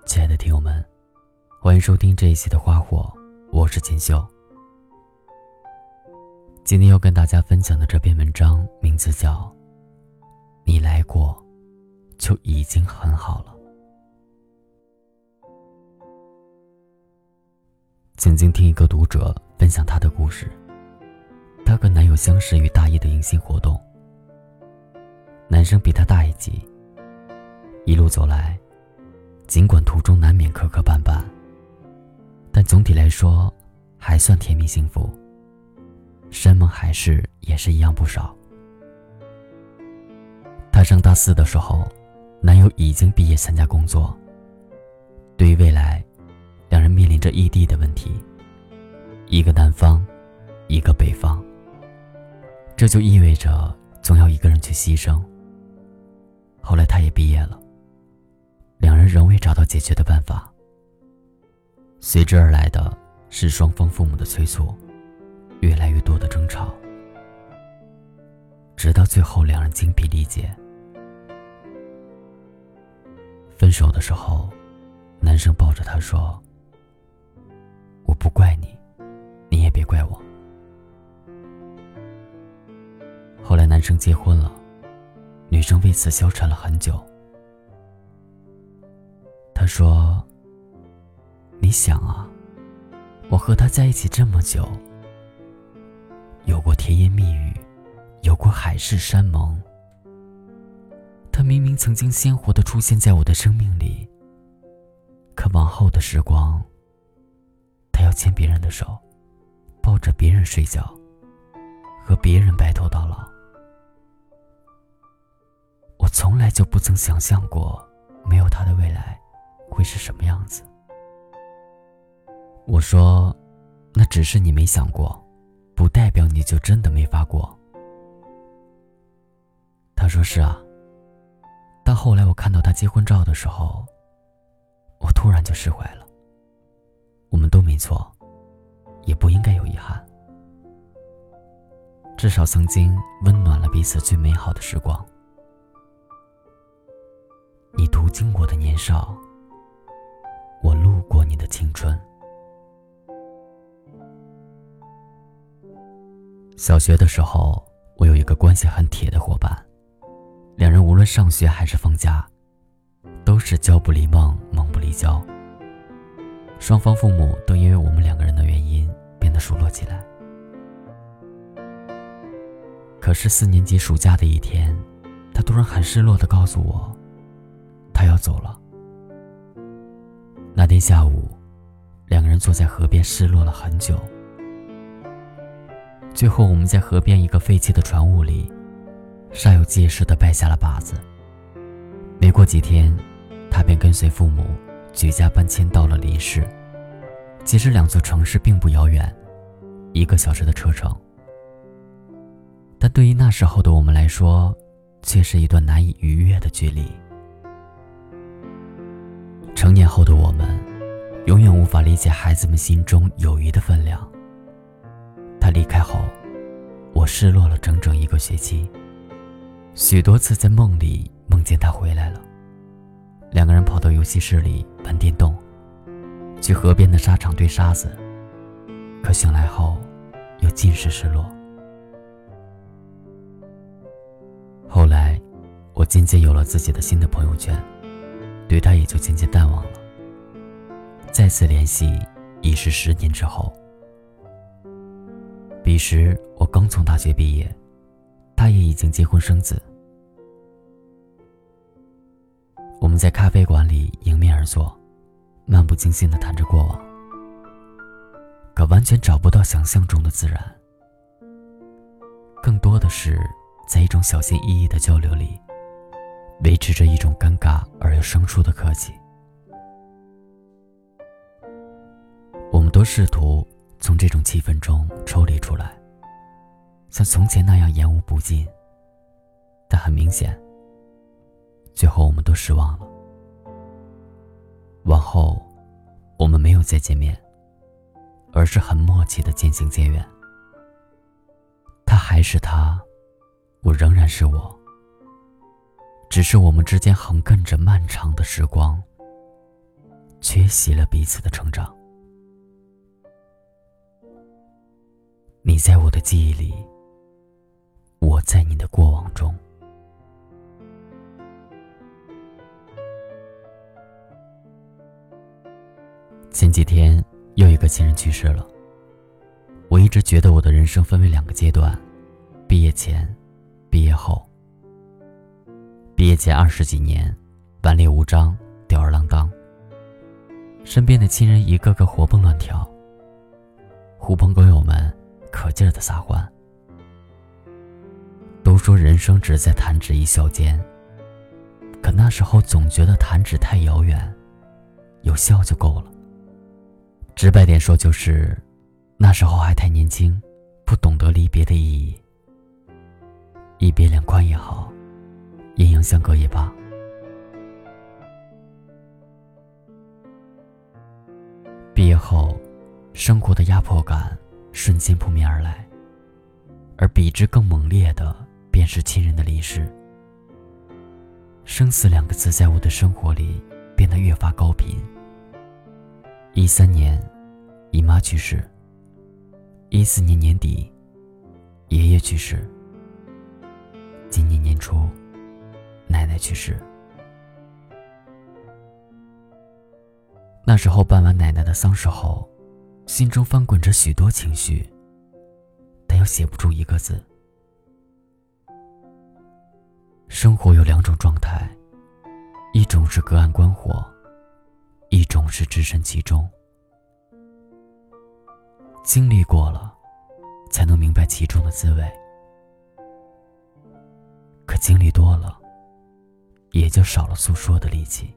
亲爱的听友们，欢迎收听这一期的花火，我是锦绣。今天要跟大家分享的这篇文章名字叫你来过就已经很好了。曾经听一个读者分享她的故事，她跟男友相识于大一的迎新活动，男生比她大一级，一路走来，尽管途中难免磕磕绊绊，但总体来说还算甜蜜幸福，山盟海誓也是一样不少。她上大4的时候，男友已经毕业参加工作，对于未来，两人面临着异地的问题，一个南方，一个北方，这就意味着总要一个人去牺牲。后来他也毕业了，两人仍未找到解决的办法，随之而来的是双方父母的催促，越来越多的争吵，直到最后两人精疲力竭。分手的时候，男生抱着她说，我不怪你，你也别怪我。后来男生结婚了，女生为此消沉了很久。她说，你想啊，我和他在一起这么久，有过甜言蜜语，有过海誓山盟，他明明曾经鲜活地出现在我的生命里，可往后的时光，他要牵别人的手，抱着别人睡觉，和别人白头到老。我从来就不曾想象过没有他的未来会是什么样子。我说，那只是你没想过，不代表你就真的没发过。他说是啊，但后来我看到他结婚照的时候，我突然就释怀了。我们都没错，也不应该有遗憾，至少曾经温暖了彼此最美好的时光。你途经我的年少，我路过你的青春。小学的时候，我有一个关系很铁的伙伴，两人无论上学还是放假，都是交不离梦，梦不离交。双方父母都因为我们两个人的原因变得熟络起来。可是4年级暑假的一天，他突然很失落地告诉我，他要走了。那天下午，两个人坐在河边失落了很久。最后我们在河边一个废弃的船坞里，煞有介事地败下了靶子。没过几天，他便跟随父母举家搬迁到了离市。其实2座城市并不遥远，1个小时的车程，但对于那时候的我们来说，却是一段难以逾越的距离。成年后的我们，永远无法理解孩子们心中友谊的分量。他离开后，我失落了整整1个学期，许多次在梦里梦见他回来了。两个人跑到游戏室里玩电动，去河边的沙场堆沙子，可醒来后又尽是失落。后来我渐渐有了自己的新的朋友圈，对他也就渐渐淡忘了。再次联系已是10年之后。彼时我刚从大学毕业，他也已经结婚生子。我们在咖啡馆里迎面而坐，漫不经心地谈着过往，可完全找不到想象中的自然，更多的是在一种小心翼翼的交流里，维持着一种尴尬而又生疏的客气。我们都试图从这种气氛中抽离出来，像从前那样言无不尽，但很明显，最后我们都失望了。往后我们没有再见面，而是很默契地渐行渐远。他还是他，我仍然是我，只是我们之间横亘着漫长的时光， 缺席了彼此的成长。你在我的记忆里，我在你的过往中。前几天又一个亲人去世了。我一直觉得我的人生分为2个阶段，毕业前，毕业后。毕业前20几年，顽劣无章，吊儿郎当，身边的亲人一个个活蹦乱跳，狐朋狗友们可劲儿的撒欢。都说人生只在弹指一笑间，可那时候总觉得弹指太遥远，有笑就够了。直白点说，就是那时候还太年轻，不懂得离别的意义。一别两宽也好，阴阳相隔也罢。毕业后，生活的压迫感瞬间扑面而来，而比之更猛烈的便是亲人的离世。生死2个字在我的生活里变得越发高频。13年，姨妈去世；14年年底，爷爷去世；今年年初，奶奶去世。那时候办完奶奶的丧事后，心中翻滚着许多情绪，但又写不出一个字。生活有2种状态，一种是隔岸观火，一种是置身其中。经历过了，才能明白其中的滋味。可经历多了，也就少了诉说的力气。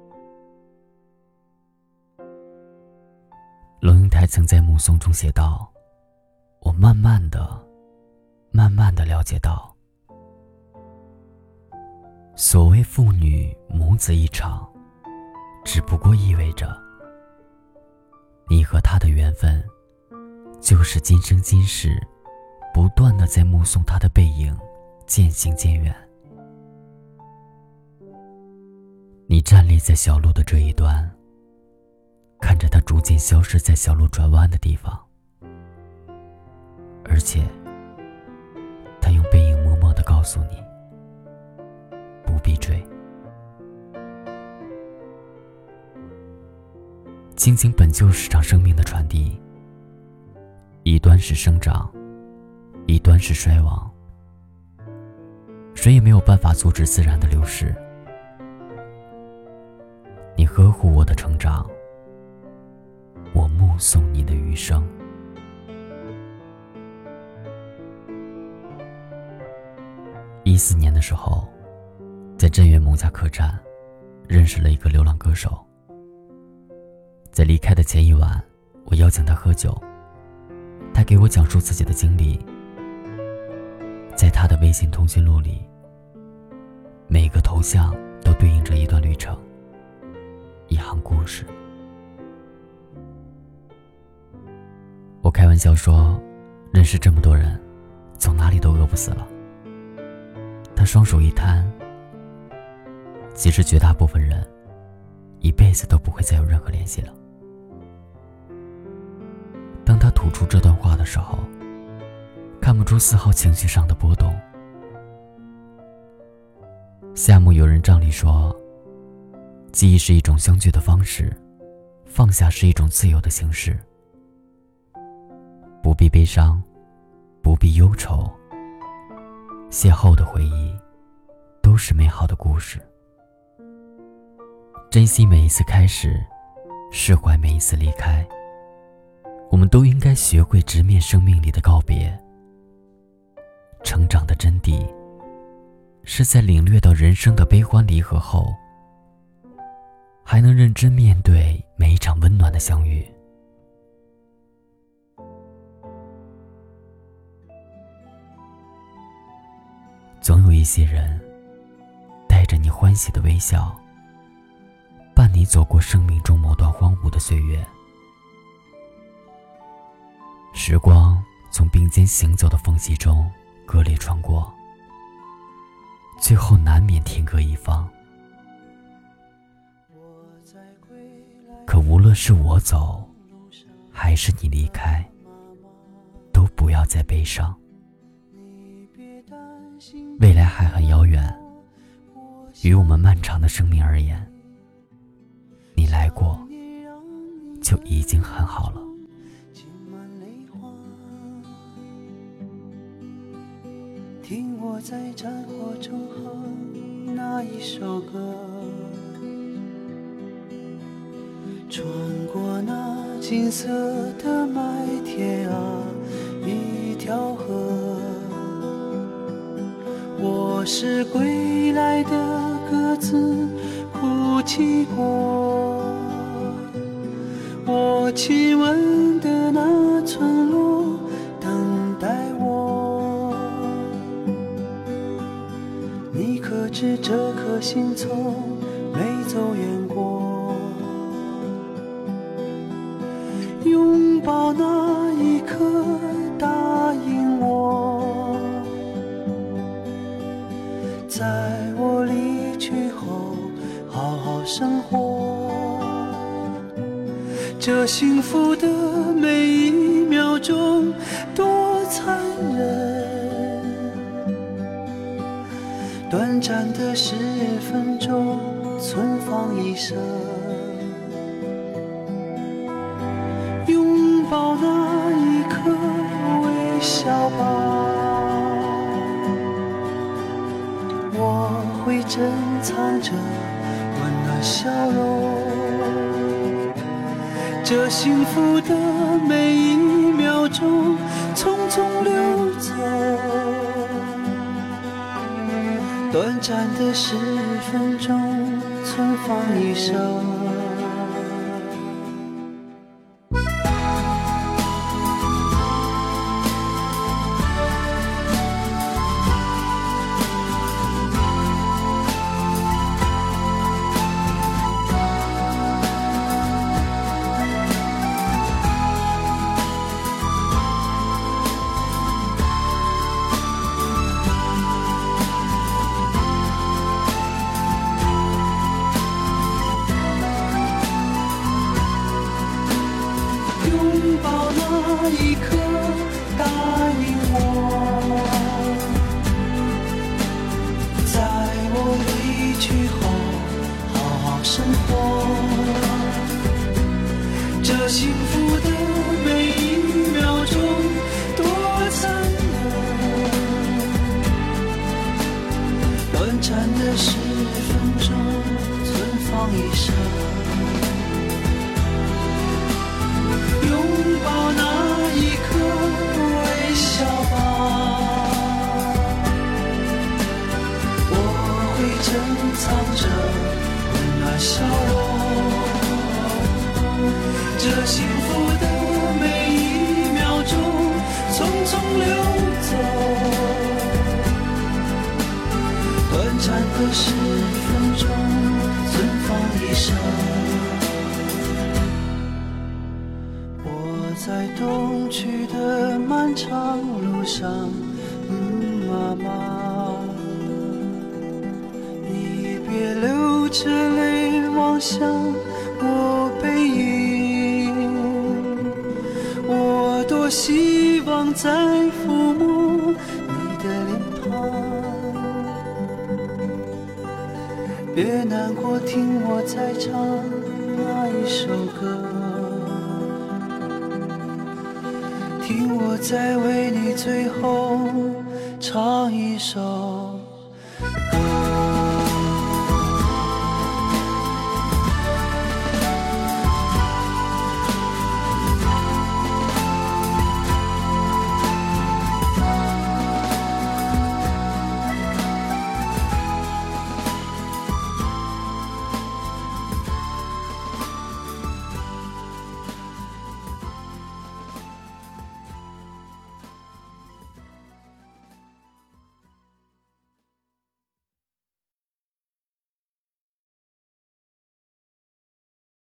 龙应台曾在《目送》中写道：我慢慢的了解到，所谓父女母子一场，只不过意味着你和他的缘分，就是今生今世不断的在目送他的背影渐行渐远。你站立在小路的这一端，看着他逐渐消失在小路转弯的地方，而且他用背影默默地告诉你，不必追。亲情本就是场生命的传递，一端是生长，一端是衰亡，谁也没有办法阻止自然的流逝。你呵护我的成长，我目送你的余生。14年的时候，在镇远某家客栈认识了一个流浪歌手。在离开的前一晚，我邀请他喝酒，他给我讲述自己的经历。在他的微信通讯录里，每个头像都对应着一段旅程，一行故事。我开玩笑说，认识这么多人，走哪里都饿不死了。他双手一摊，其实绝大部分人一辈子都不会再有任何联系了。当他吐出这段话的时候，看不出丝毫情绪上的波动。夏目友人帐里说，记忆是一种相聚的方式，放下是一种自由的形式。不必悲伤，不必忧愁，邂逅的回忆都是美好的故事。珍惜每一次开始，释怀每一次离开。我们都应该学会直面生命里的告别。成长的真谛，是在领略到人生的悲欢离合后，还能认真面对每一场温暖的相遇。总有一些人，带着你欢喜的微笑，伴你走过生命中某段荒芜的岁月。时光从并肩行走的缝隙中割裂穿过，最后难免天各一方。 我在归来无论是我走，还是你离开，都不要再悲伤。未来还很遥远，于我们漫长的生命而言，你来过就已经很好了。 听我在战火中哼那一首歌，穿过那金色的麦田啊，一条河。我是归来的鸽子，哭泣过。我亲吻的那村落，等待我。你可知这颗心从没走远过？拥抱那一刻，答应我，在我离去后好好生活。这幸福的每一秒钟多残忍，短暂的10分钟存放一生。拥抱那一刻，微笑吧，我会珍藏着温暖笑容。这幸福的每一秒钟匆匆流走，短暂的10分钟存放一生。拥抱那一刻，答应我，在我离去后好好生活。这幸福的每一秒钟多残忍，短暂的10分钟存放一生。拥抱那一刻，微笑吧，我会珍藏着温暖笑容。这幸福的每一秒钟匆匆流走，短暂的10分钟存放一生。在东去的漫长路上，妈妈，你别流着泪望向我背影，我多希望再抚摸你的脸庞。别难过，听我再唱那一首歌，听我再为你最后唱一首歌。